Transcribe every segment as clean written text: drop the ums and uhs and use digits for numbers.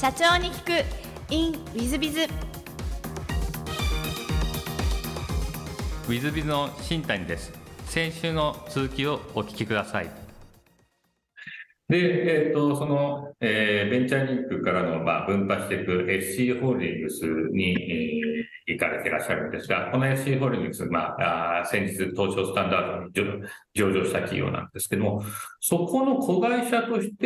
社長に聞く in ウィズビズ。 ウィズビズの新谷です。先週の続きをお聞きください。で、ベンチャーリンクからの、分派していく SC ホールディングスに、行かれていらっしゃるんですが、この SC ホールディングス、先日東証スタンダードに上場した企業なんですけども、そこの子会社として、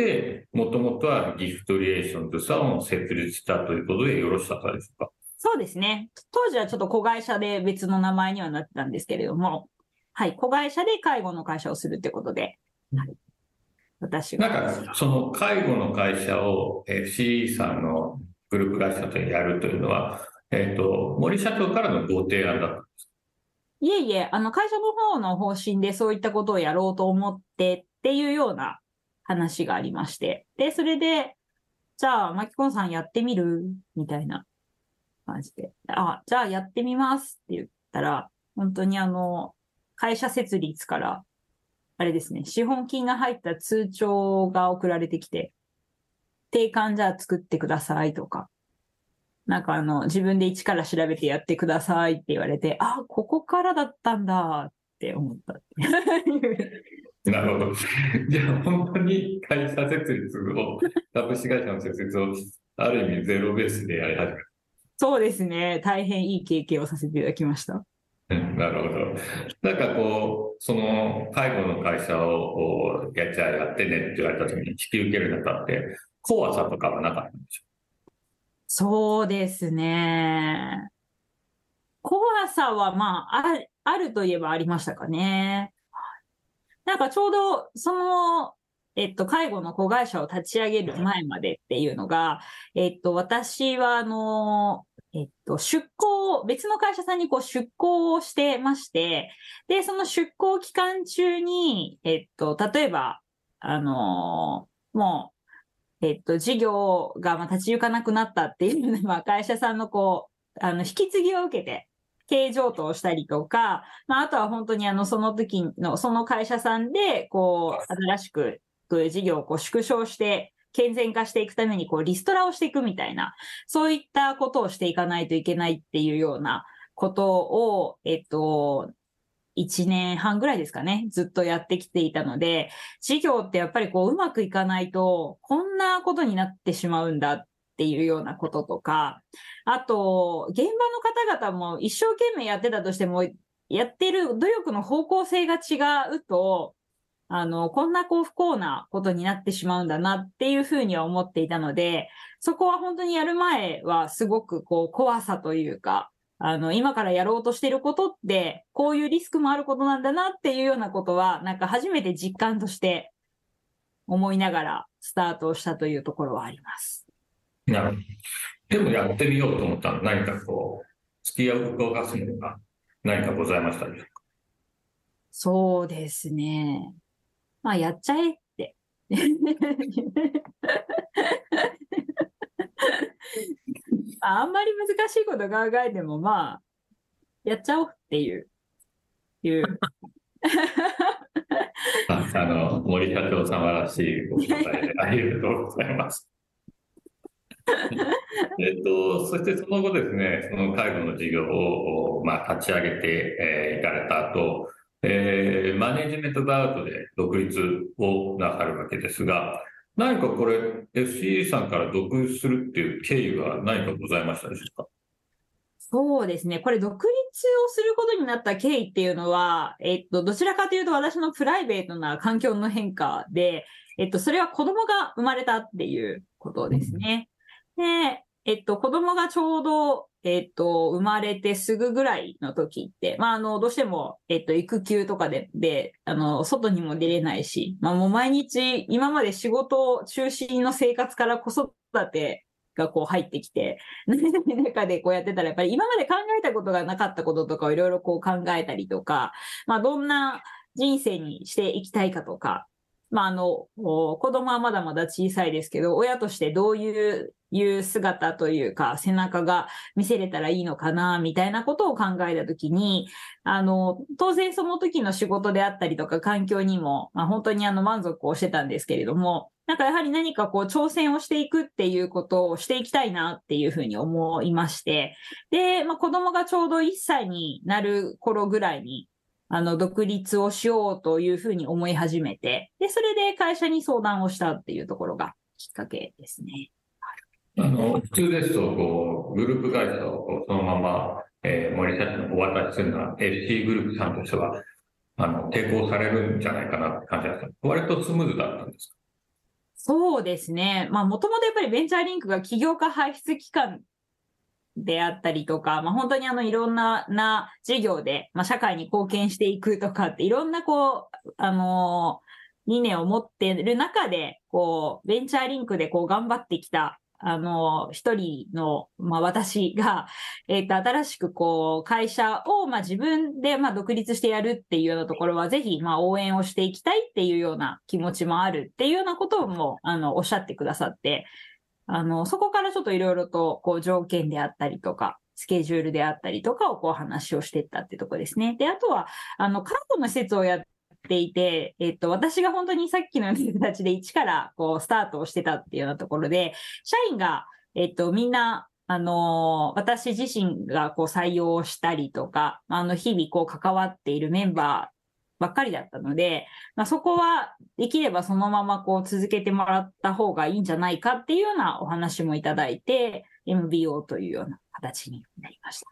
もともとはギフトリエーションズさんを設立したということでよろしかったでしょうか？ そうですね。当時はちょっと子会社で別の名前にはなってたんですけれども、はい、子会社で介護の会社をするってことで、はい、私が。 なんか、その介護の会社を FC さんのグループ会社とやるというのは、森社長からのご提案だったんですか？ いえいえ、会社の方の方針でそういったことをやろうと思ってっていうような話がありまして。で、それで、じゃあ、マキコンさんやってみるみたいな感じで。じゃあやってみますって言ったら、本当に会社設立から、あれですね、資本金が入った通帳が送られてきて、定款じゃあ作ってくださいとか、なんか自分で一から調べてやってくださいって言われて、ここからだったんだって思った。 なるほど。じゃあ本当に会社設立を、株式会社の設立を、ある意味ゼロベースでやり始める。 そうですね。大変いい経験をさせていただきました。 なるほど。なんかその介護の会社をやってねって言われた時に引き受けるにあたって、怖さとかはなかったんでしょう？ そうですね。怖さはあるといえばありましたかね。なんかちょうど、介護の子会社を立ち上げる前までっていうのが、私は別の会社さんに出向をしてまして、で、その出向期間中に、例えば、もう、事業が立ち行かなくなったっていうので、会社さんの引き継ぎを受けて、経営譲渡をしたりとか、あとは本当にその時の、その会社さんで、新しく事業を縮小して、健全化していくために、リストラをしていくみたいな、そういったことをしていかないといけないっていうようなことを、1年半ぐらいですかね、ずっとやってきていたので、事業ってやっぱりうまくいかないと、こんなことになってしまうんだっていうようなこととか、あと、現場の方々も一生懸命やってたとしても、やってる努力の方向性が違うと、こんな不幸なことになってしまうんだなっていうふうには思っていたので、そこは本当にやる前はすごく怖さというか、今からやろうとしていることって、こういうリスクもあることなんだなっていうようなことは、なんか初めて実感として思いながらスタートをしたというところはあります。 なるほど。でもやってみようと思ったら何か突き動かすものが何かございましたでしょうか？ そうですね。やっちゃえって。あんまり難しいこと考えても、やっちゃおうっていう。 森社長様らしいお答えでありがとうございます。そしてその後ですね、その介護の事業を、立ち上げて、いかれた後、マネジメントバウトで独立をなさるわけですが、何かこれ、FC さんから独立するっていう経緯は何かございましたでしょうか？ そうですね。これ独立をすることになった経緯っていうのは、どちらかというと私のプライベートな環境の変化で、それは子供が生まれたっていうことですね。で、子供がちょうど、生まれてすぐぐらいの時って、どうしても、育休とかで、外にも出れないし、もう毎日、今まで仕事中心の生活から子育てが入ってきて、中でやってたら、やっぱり今まで考えたことがなかったこととかをいろいろ考えたりとか、どんな人生にしていきたいかとか、子供はまだまだ小さいですけど、親としてどういう姿というか、背中が見せれたらいいのかな、みたいなことを考えたときに、当然その時の仕事であったりとか環境にも、本当に満足をしてたんですけれども、 なんかやはり何かこう挑戦をしていくっていうことをしていきたいなっていうふうに思いまして、で、子供がちょうど1歳になる頃ぐらいに、独立をしようというふうに思い始めて、で、それで会社に相談をしたっていうところがきっかけですね。 普通ですと、グループ会社をそのまま、森社長にお渡しするのは、FC グループさんとしては、抵抗されるんじゃないかなって感じだった。割とスムーズだったんですか？ そうですね。もともとやっぱりベンチャーリンクが起業家輩出機関であったりとか、本当にいろんな事業で、社会に貢献していくとかっていろんな理念を持っている中で、ベンチャーリンクで頑張ってきた、一人の、私が、新しく会社を、自分で、独立してやるっていうようなところは、ぜひ、応援をしていきたいっていうような気持ちもあるっていうようなことも、おっしゃってくださって、そこからちょっといろいろと、条件であったりとか、スケジュールであったりとかを話をしていったっていうところですね。で、あとは、看護の施設をやっていて、私が本当にさっきのような形で一からスタートをしてたっていうようなところで、社員が、みんな、私自身が採用したりとか、日々関わっているメンバーばっかりだったので、そこはできればそのまま続けてもらった方がいいんじゃないかっていうようなお話もいただいて、MBO というような形になりました。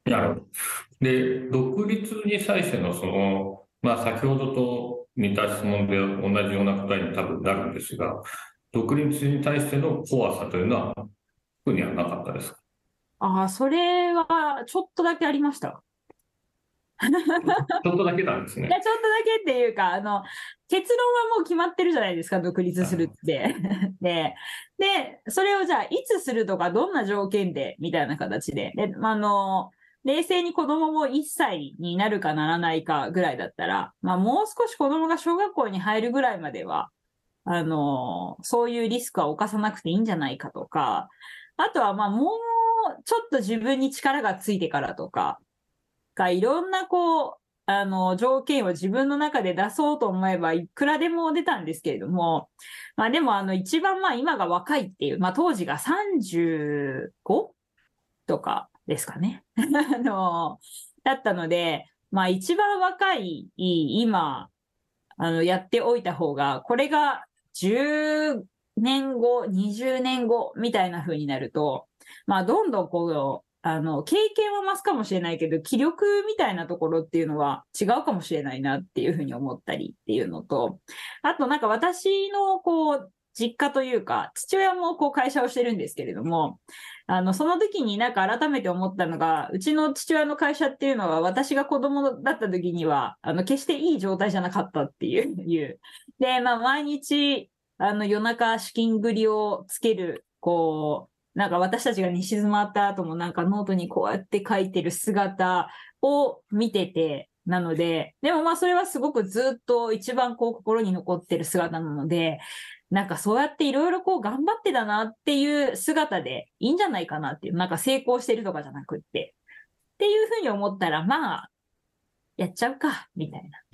なるほど。で、独立に際しての先ほどと似た質問で同じような答えに多分なるんですが、独立に対しての怖さというのは、特にはなかったですか？ それはちょっとだけありました。 ちょっとだけなんですね。 いや、ちょっとだけっていうか、結論はもう決まってるじゃないですか、独立するって。で、それをじゃあ、いつするとか、どんな条件で、みたいな形で。で、冷静に子供も1歳になるかならないかぐらいだったら、もう少し子供が小学校に入るぐらいまでは、そういうリスクは犯さなくていいんじゃないかとか、あとはもうちょっと自分に力がついてからとか、いろんな条件を自分の中で出そうと思えばいくらでも出たんですけれども、でも一番今が若いっていう、当時が 35? とかですかね。だったので、一番若い今、やっておいた方が、これが10年後、20年後みたいな風になると、どんどん経験は増すかもしれないけど、気力みたいなところっていうのは違うかもしれないなっていうふうに思ったりっていうのと、あと私の実家というか、父親も会社をしてるんですけれども、その時に改めて思ったのが、うちの父親の会社っていうのは私が子供だった時には、決していい状態じゃなかったっていう。で、毎日、夜中資金繰りをつける、私たちが寝静まった後もノートにこうやって書いてる姿を見てて、なので、でもそれはすごくずっと一番心に残ってる姿なので、そうやっていろいろ頑張ってたなっていう姿でいいんじゃないかなっていう、成功してるとかじゃなくって、っていうふうに思ったら、やっちゃうか、みたいな。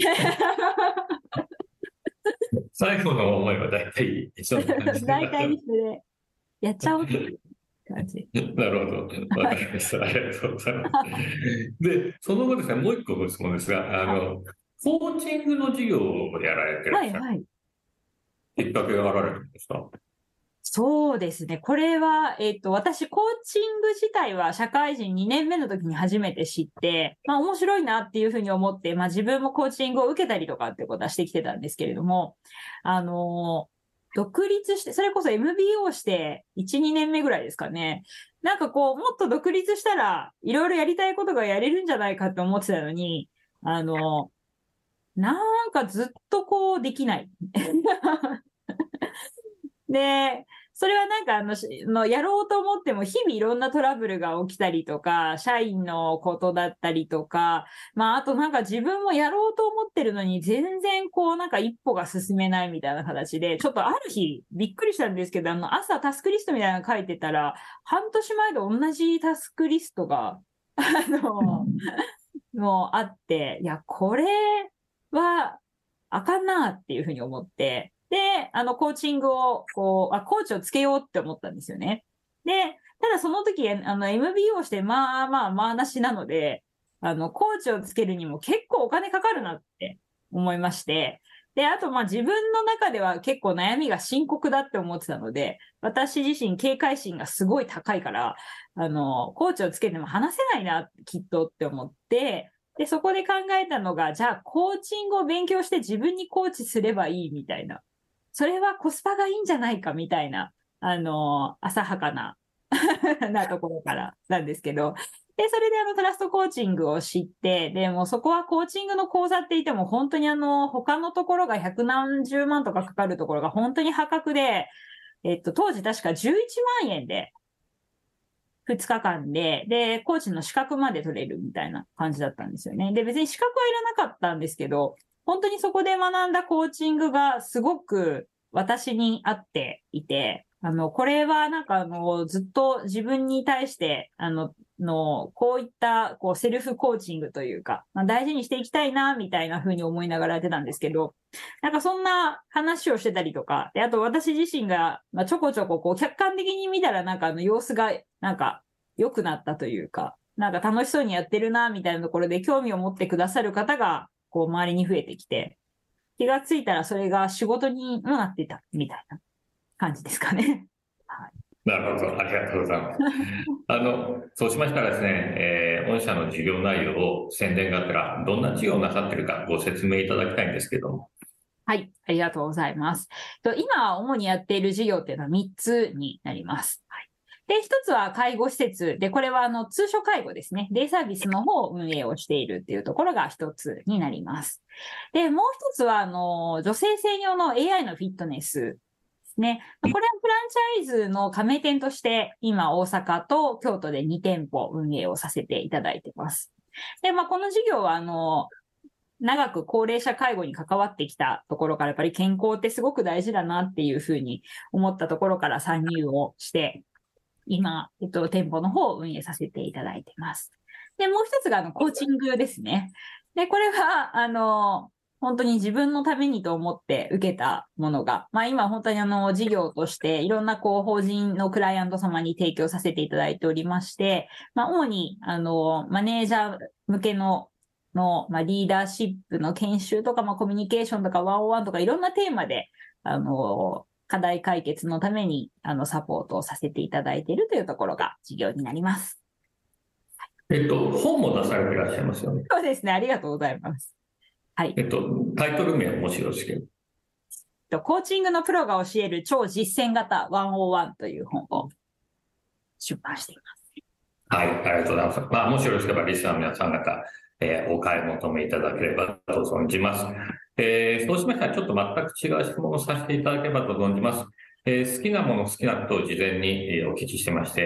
最後の思いは大体一緒な感じ大体一緒で、やっちゃおうっていう感じ。 なるほど。わかりました。ありがとうございます。で、その後ですね、もう一個ご質問ですが、コーチングの授業をやられてらっしゃる。 はいはい。 きっかけがあられるんですか？ そうですね。これは、私、コーチング自体は社会人2年目の時に初めて知って、面白いなっていうふうに思って、自分もコーチングを受けたりとかってことはしてきてたんですけれども、独立して、それこそ MBO して1、2年目ぐらいですかね。もっと独立したら、いろいろやりたいことがやれるんじゃないかって思ってたのに、ずっとできない。で、それはやろうと思っても日々いろんなトラブルが起きたりとか、社員のことだったりとか、あと自分もやろうと思ってるのに全然一歩が進めないみたいな形で、ちょっとある日びっくりしたんですけど、朝タスクリストみたいなの書いてたら、半年前と同じタスクリストが、もうあって、いや、これはあかんなっていうふうに思って、 で、コーチングを、コーチをつけようって思ったんですよね。で、ただその時、MBO して、まあなしなので、コーチをつけるにも結構お金かかるなって思いまして、で、あと、自分の中では結構悩みが深刻だって思ってたので、私自身警戒心がすごい高いから、コーチをつけても話せないな、きっとって思って、で、そこで考えたのが、じゃあ、コーチングを勉強して自分にコーチすればいいみたいな。それはコスパがいいんじゃないかみたいな、浅はかななところからなんですけど、で、それでトラストコーチングを知って、で、もうそこはコーチングの講座って言っても本当に他のところが百何十万とかかかるところが本当に破格で、当時確か11万円で、2日間で、コーチの資格まで取れるみたいな感じだったんですよね。で、別に資格はいらなかったんですけど、本当にそこで学んだコーチングがすごく私に合っていて、これはなんかずっと自分に対して、こういった、セルフコーチングというか、大事にしていきたいな、みたいな風に思いながらやってたんですけど、なんかそんな話をしてたりとか、で、あと私自身が、ちょこちょこ客観的に見たらなんか様子が、なんか良くなったというか、なんか楽しそうにやってるな、みたいなところで興味を持ってくださる方が、周りに増えてきて、気がついたらそれが仕事にもなってた、みたいな感じですかね。はい。 なるほど。ありがとうございます。そうしましたらですね、御社の事業内容を宣伝がてら、どんな事業をなさっているかご説明いただきたいんですけども。 はい、ありがとうございます。今、主にやっている事業っていうのは3つになります。はい、で、1つは介護施設で、これは通所介護ですね。デイサービスの方を運営をしているっていうところが1つになります。で、もう1つは、女性専用の AI のフィットネスですね。これはフランチャイズの加盟店として、今、大阪と京都で2店舗運営をさせていただいています。で、この事業は、長く高齢者介護に関わってきたところから、やっぱり健康ってすごく大事だなっていうふうに思ったところから参入をして、今、店舗の方を運営させていただいています。で、もう一つが、コーチングですね。で、これは、本当に自分のためにと思って受けたものが、今本当に事業としていろんな法人のクライアント様に提供させていただいておりまして、主にマネージャー向けのリーダーシップの研修とか、コミュニケーションとかワンオンワンとかいろんなテーマで、課題解決のために、サポートをさせていただいているというところが事業になります。 本も出されていらっしゃいますよね。 そうですね。ありがとうございます。はい。 タイトル名はもしよろしければ。コーチングのプロが教える超実践型101という本を出版しています。 はい。ありがとうございます。もしよろしければリスナーの皆さん方、お買い求めいただければと存じます。そうしましたら、ちょっと全く違う質問をさせていただければと存じます。好きなもの、好きなことを事前にお聞きしてまして、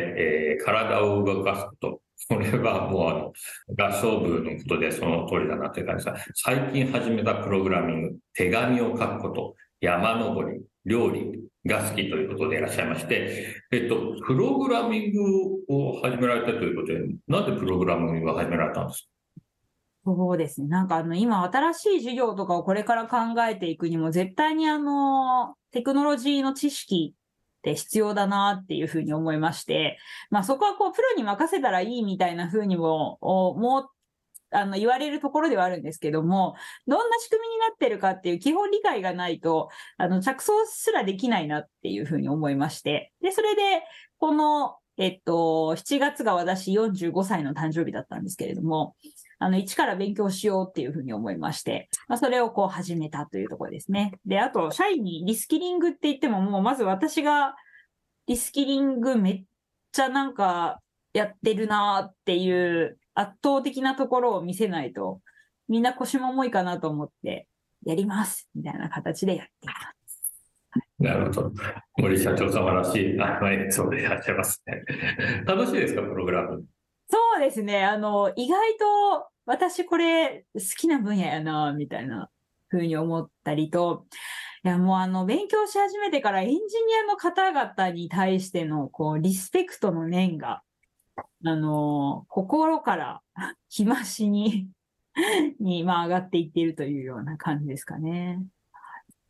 体を動かすこと。これはもう合唱部のことでその通りだなという感じですが、最近始めたプログラミング、手紙を書くこと、山登り、料理が好きということでいらっしゃいまして、プログラミングを始められたということで、なんでプログラミングを始められたんですか？ そうですね。なんか今新しい事業とかをこれから考えていくにも絶対にテクノロジーの知識って必要だなっていうふうに思いまして、そこはプロに任せたらいいみたいなふうにも言われるところではあるんですけども、どんな仕組みになってるかっていう基本理解がないと、着想すらできないなっていうふうに思いまして、で、それで、この、7月が私45歳の誕生日だったんですけれども、一から勉強しようっていうふうに思いまして、それを始めたというところですね。で、あと、社員にリスキリングって言っても、もうまず私がリスキリングめっちゃなんかやってるなっていう圧倒的なところを見せないと、みんな腰も重いかなと思って、やりますみたいな形でやっています。 なるほど。森社長様らしいエピソードでいらっしゃいますね。楽しいですか、プログラム？ そうですね。意外と私これ好きな分野やな、みたいな風に思ったりと、いやもう勉強し始めてからエンジニアの方々に対してのリスペクトの念が、心から日増しに上がっていっているというような感じですかね。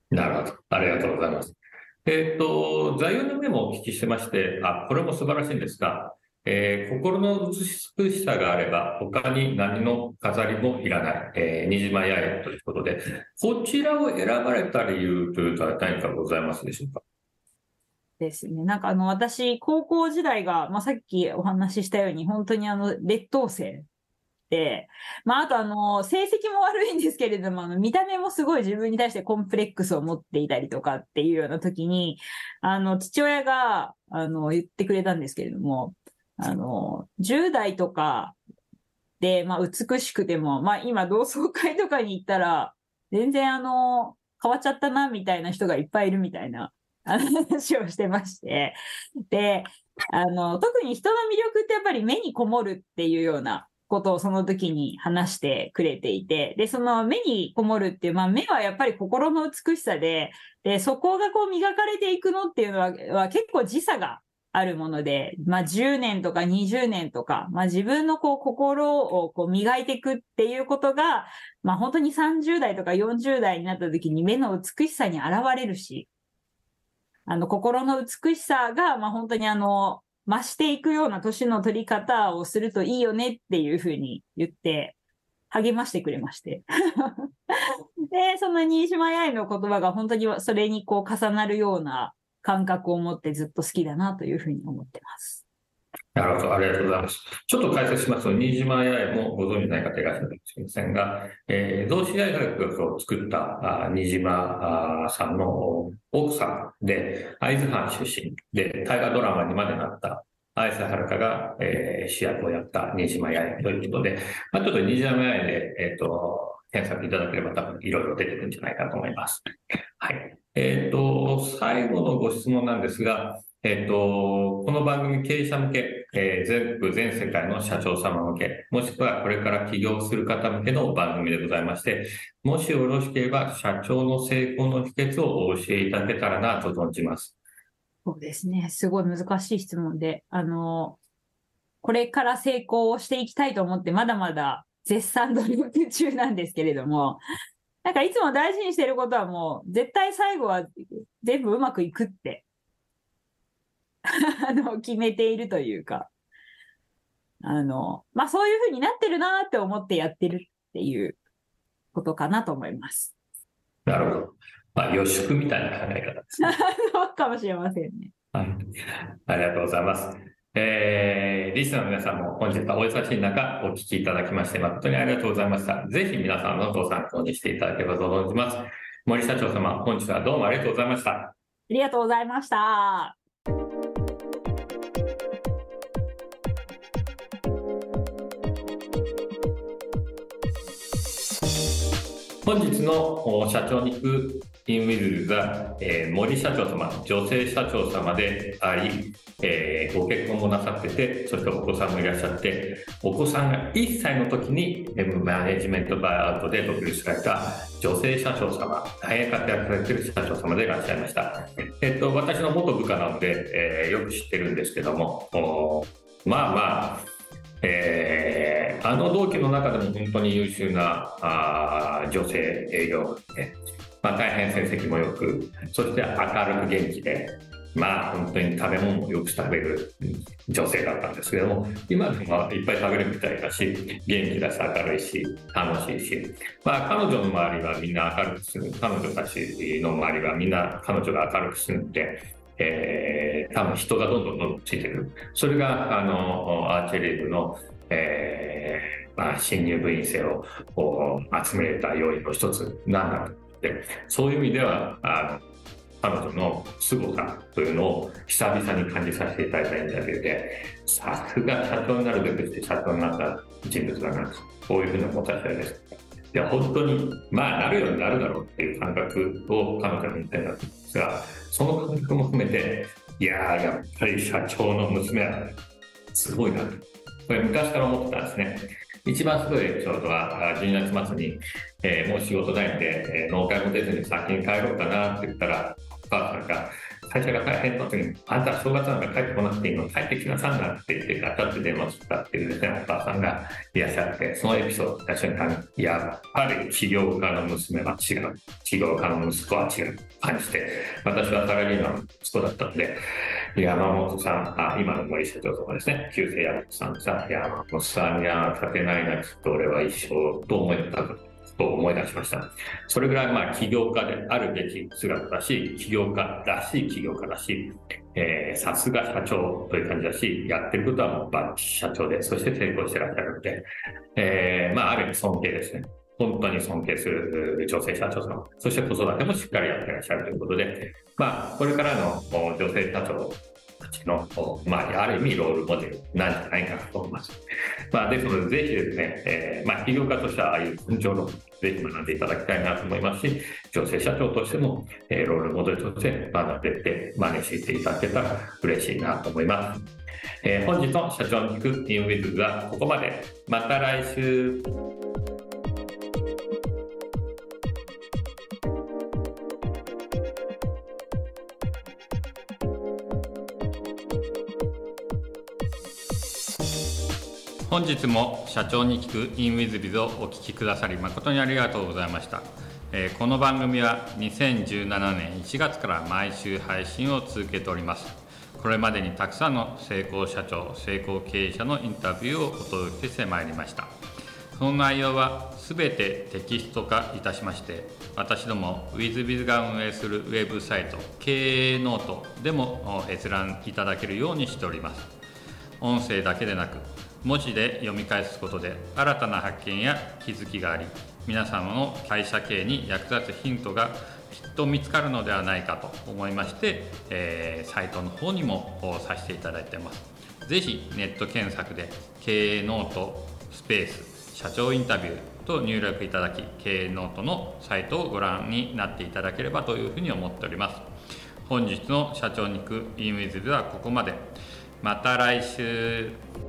なるほど。ありがとうございます。座右の銘もお聞きしてまして、これも素晴らしいんですが、心の美しさがあれば、他に何の飾りもいらない、新島八重ということで、こちらを選ばれた理由というのは何かございますでしょうか？ ですね。なんか私、高校時代が、さっきお話ししたように、本当に劣等生で、あと成績も悪いんですけれども、見た目もすごい自分に対してコンプレックスを持っていたりとかっていうような時に、父親が、言ってくれたんですけれども、10代とかで、美しくても、今同窓会とかに行ったら、全然変わっちゃったな、みたいな人がいっぱいいるみたいな話をしてまして、で、特に人の魅力ってやっぱり目にこもるっていうようなことをその時に話してくれていて、で、その目にこもるっていう、目はやっぱり心の美しさで、そこがこう磨かれていくのっていうのは結構時差があるもので、10年とか20年とか、自分のこう心をこう磨いていくっていうことが、本当に30代とか40代になった時に目の美しさに現れるし、心の美しさが、本当に増していくような年の取り方をするといいよねっていうふうに言って励ましてくれまして。で、その新島八重の言葉が本当にそれにこう重なるような感覚を持ってずっと好きだなというふうに思ってます。 なるほど、ありがとうございます。ちょっと解説しますと、新島八重もご存じない方いらっしゃるかもしれませんが、同志大学を作った新島さんの奥さんで、会津藩出身で、大河ドラマにまでなった綾瀬はるかが、主役をやった新島八重ということで、ちょっと新島八重で、検索いただければ多分いろいろ出てくるんじゃないかと思います。はい。最後のご質問なんですが、この番組経営者向け、全世界の社長様向け、もしくはこれから起業する方向けの番組でございまして、もしよろしければ社長の成功の秘訣をお教えいただけたらなと存じます。 そうですね。すごい難しい質問で、これから成功をしていきたいと思って、まだまだ絶賛努力中なんですけれども、なんかいつも大事にしてることはもう、絶対最後は全部うまくいくって、決めているというか、そういうふうになってるなって思ってやってるっていうことかなと思います。 なるほど。予祝みたいな考え方ですね。 そうかもしれませんね。 はい。ありがとうございます。リスナーの皆さんも本日はお忙しい中お聞きいただきまして誠にありがとうございました。ぜひ皆さんのご参考にしていただければと存じます。森社長様、本日はどうもありがとうございました。 ありがとうございました。 本日の社長に行くインウィズが、森社長様、女性社長様であり、ご結婚もなさってて、そしてお子さんもいらっしゃって、お子さんが1歳の時にマネジメントバイアウトで独立された女性社長様、大変活躍されている社長様でいらっしゃいました。私の元部下なので、よく知ってるんですけども、同期の中でも本当に優秀な女性営業で、大変成績もよく、そして明るく元気で、本当に食べ物もよく食べる女性だったんですけども、今でもいっぱい食べるみたいだし、元気だし、明るいし、楽しいし、彼女の周りはみんな明るくする、彼女たちの周りはみんな彼女が明るくするんで、多分人がどんどんついてくる。それがアーチェリー部の新入部員生を集めた要因の一つなんだと。そういう意味では彼女の凄さというのを久々に感じさせていただいたインタビューで、さすが社長になるべくして社長になった人物だなと、こういうふうに思った次第です。いや本当になるようになるだろうっていう感覚を彼女に言ってたんですが、その感覚も含めて、やっぱり社長の娘はすごいなと、これ昔から思ってたんですね。一番すごいエピソードは12月末に、もう仕事ないんで、農会も出ずに先に帰ろうかなって言ったら、お母さんが会社が大変な時に、あんた正月なんか帰ってこなくていいの、帰ってきなさんなって言ってガチャって電話したっていうですね、お母さんがいらっしゃって、そのエピソードを最初にやっぱり起業家の娘は違う、起業家の息子は違う感じて、私はサラリーマンの息子だったので、山本さん、今の森社長とかですね、旧姓山本さんさ、山本さんが立てないな、きっと俺は一生と思い出しました。それぐらい起業家であるべき姿だし、起業家らしい起業家だし、さすが社長という感じだし、やってることはもうバッチ社長で、そして成功してらっしゃるので、ある意味尊敬ですね。本当に尊敬する女性社長さん、そして子育てもしっかりやってらっしゃるということで、これからの女性社長たちの、ある意味ロールモデルなんじゃないかなと思います。ですので、ぜひですね、起業家としてはああいう根性論、ぜひ学んでいただきたいなと思いますし、女性社長としても、ロールモデルとして学んでいって真似していただけたら嬉しいなと思います。本日の社長に聞く in with はここまで。また来週。本日も社長に聞く in with biz をお聞きくださり誠にありがとうございました。この番組は2017年1月から毎週配信を続けております。これまでにたくさんの成功社長、成功経営者のインタビューをお届けしてまいりました。その内容はすべてテキスト化いたしまして、私ども WithBiz が運営するウェブサイト経営ノートでも閲覧いただけるようにしております。音声だけでなく文字で読み返すことで新たな発見や気づきがあり、皆様の会社経営に役立つヒントがきっと見つかるのではないかと思いまして、サイトの方にもさせていただいています。ぜひネット検索で経営ノートスペース社長インタビューと入力いただき、経営ノートのサイトをご覧になっていただければというふうに思っております。本日の社長に行く in with ではここまで。また来週。